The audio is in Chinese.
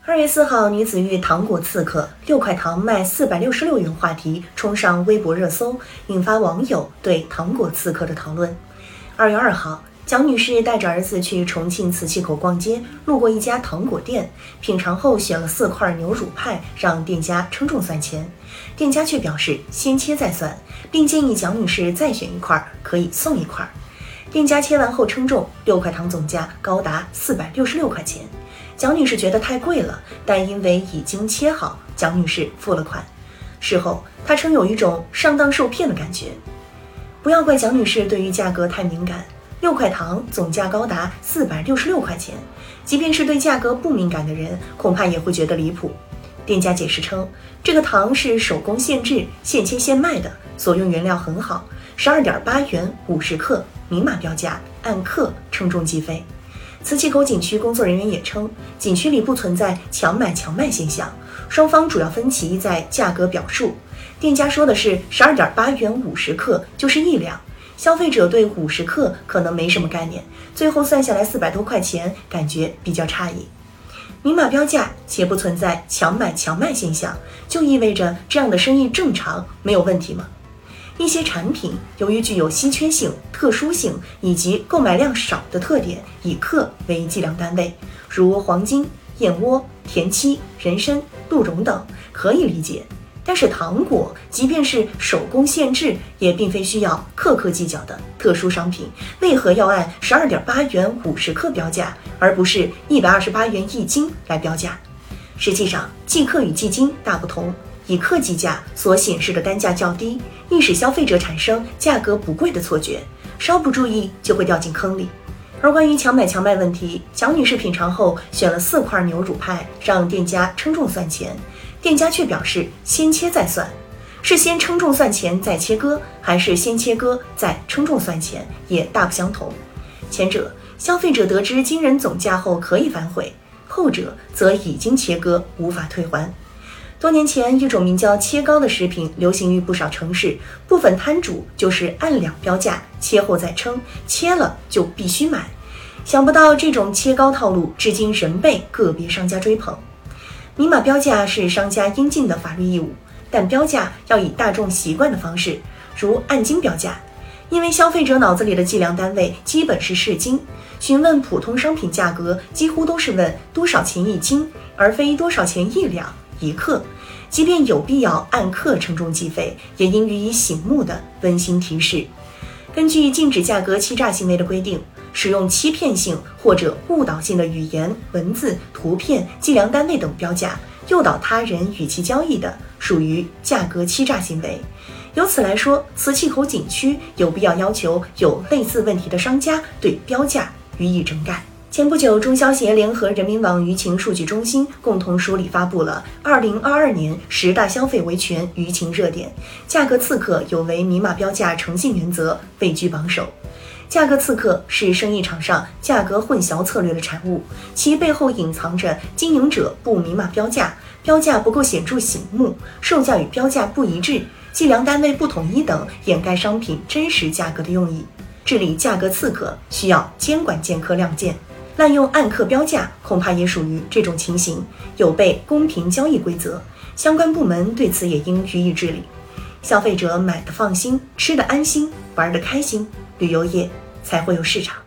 2月4号，女子遇糖果刺客，6块糖卖466元话题冲上微博热搜，引发网友对糖果刺客的讨论。2月2号，蒋女士带着儿子去重庆磁器口逛街，路过一家糖果店，品尝后选了4块牛乳派，让店家称重算钱。店家却表示先切再算，并建议蒋女士再选1块，可以送1块。店家切完后称重，6块糖总价高达466块钱。蒋女士觉得太贵了，但因为已经切好，蒋女士付了款。事后，她称有一种上当受骗的感觉。不要怪蒋女士对于价格太敏感，6块糖总价高达466块钱，即便是对价格不敏感的人，恐怕也会觉得离谱。店家解释称，这个糖是手工现制、现切现卖的，所用原料很好，12.8元50克，明码标价，按克称重计费。磁器口景区工作人员也称，景区里不存在强买强卖现象，双方主要分歧在价格表述。店家说的是12.8元50克就是1两，消费者对50克可能没什么概念，最后算下来400多块钱，感觉比较诧异。明码标价且不存在强买强卖现象，就意味着这样的生意正常，没有问题吗？一些产品由于具有稀缺性、特殊性以及购买量少的特点，以克为计量单位，如黄金、燕窝、田七、人参、鹿茸等，可以理解。但是糖果即便是手工现制，也并非需要克计较的特殊商品，为何要按12.8元50克标价，而不是128元1斤来标价？实际上，计克与计斤大不同，以克计价所显示的单价较低，易使消费者产生价格不贵的错觉，稍不注意就会掉进坑里。而关于强买强卖问题，蒋女士品尝后选了4块牛乳派，让店家称重算钱，店家却表示先切再算。是先称重算钱再切割，还是先切割再称重算钱，也大不相同。前者，消费者得知惊人总价后可以反悔，后者则已经切割无法退还。多年前，一种名叫切糕的食品流行于不少城市，部分摊主就是按两标价，切后再称，切了就必须买。想不到这种切糕套路至今仍被个别商家追捧。明码标价是商家应尽的法律义务，但标价要以大众习惯的方式，如按斤标价。因为消费者脑子里的计量单位基本是市斤，询问普通商品价格几乎都是问多少钱1斤，而非多少钱1两1克。即便有必要按克称重计费，也应予以醒目的温馨提示。根据禁止价格欺诈行为的规定，使用欺骗性或者误导性的语言、文字、图片、计量单位等标价，诱导他人与其交易的，属于价格欺诈行为。由此来说，磁器口景区有必要要求有类似问题的商家对标价予以整改。前不久，中消协联合人民网舆情数据中心共同梳理发布了2022年10大消费维权舆情热点，价格刺客有违明码标价诚信原则，位居榜首。价格刺客是生意场上价格混淆策略的产物，其背后隐藏着经营者不明码标价，标价不够显著醒目，售价与标价不一致，计量单位不统一等掩盖商品真实价格的用意。治理价格刺客需要监管剑客亮剑，滥用按克标价恐怕也属于这种情形，有悖公平交易规则，相关部门对此也应予以治理。消费者买得放心，吃得安心，玩得开心，旅游业才会有市场。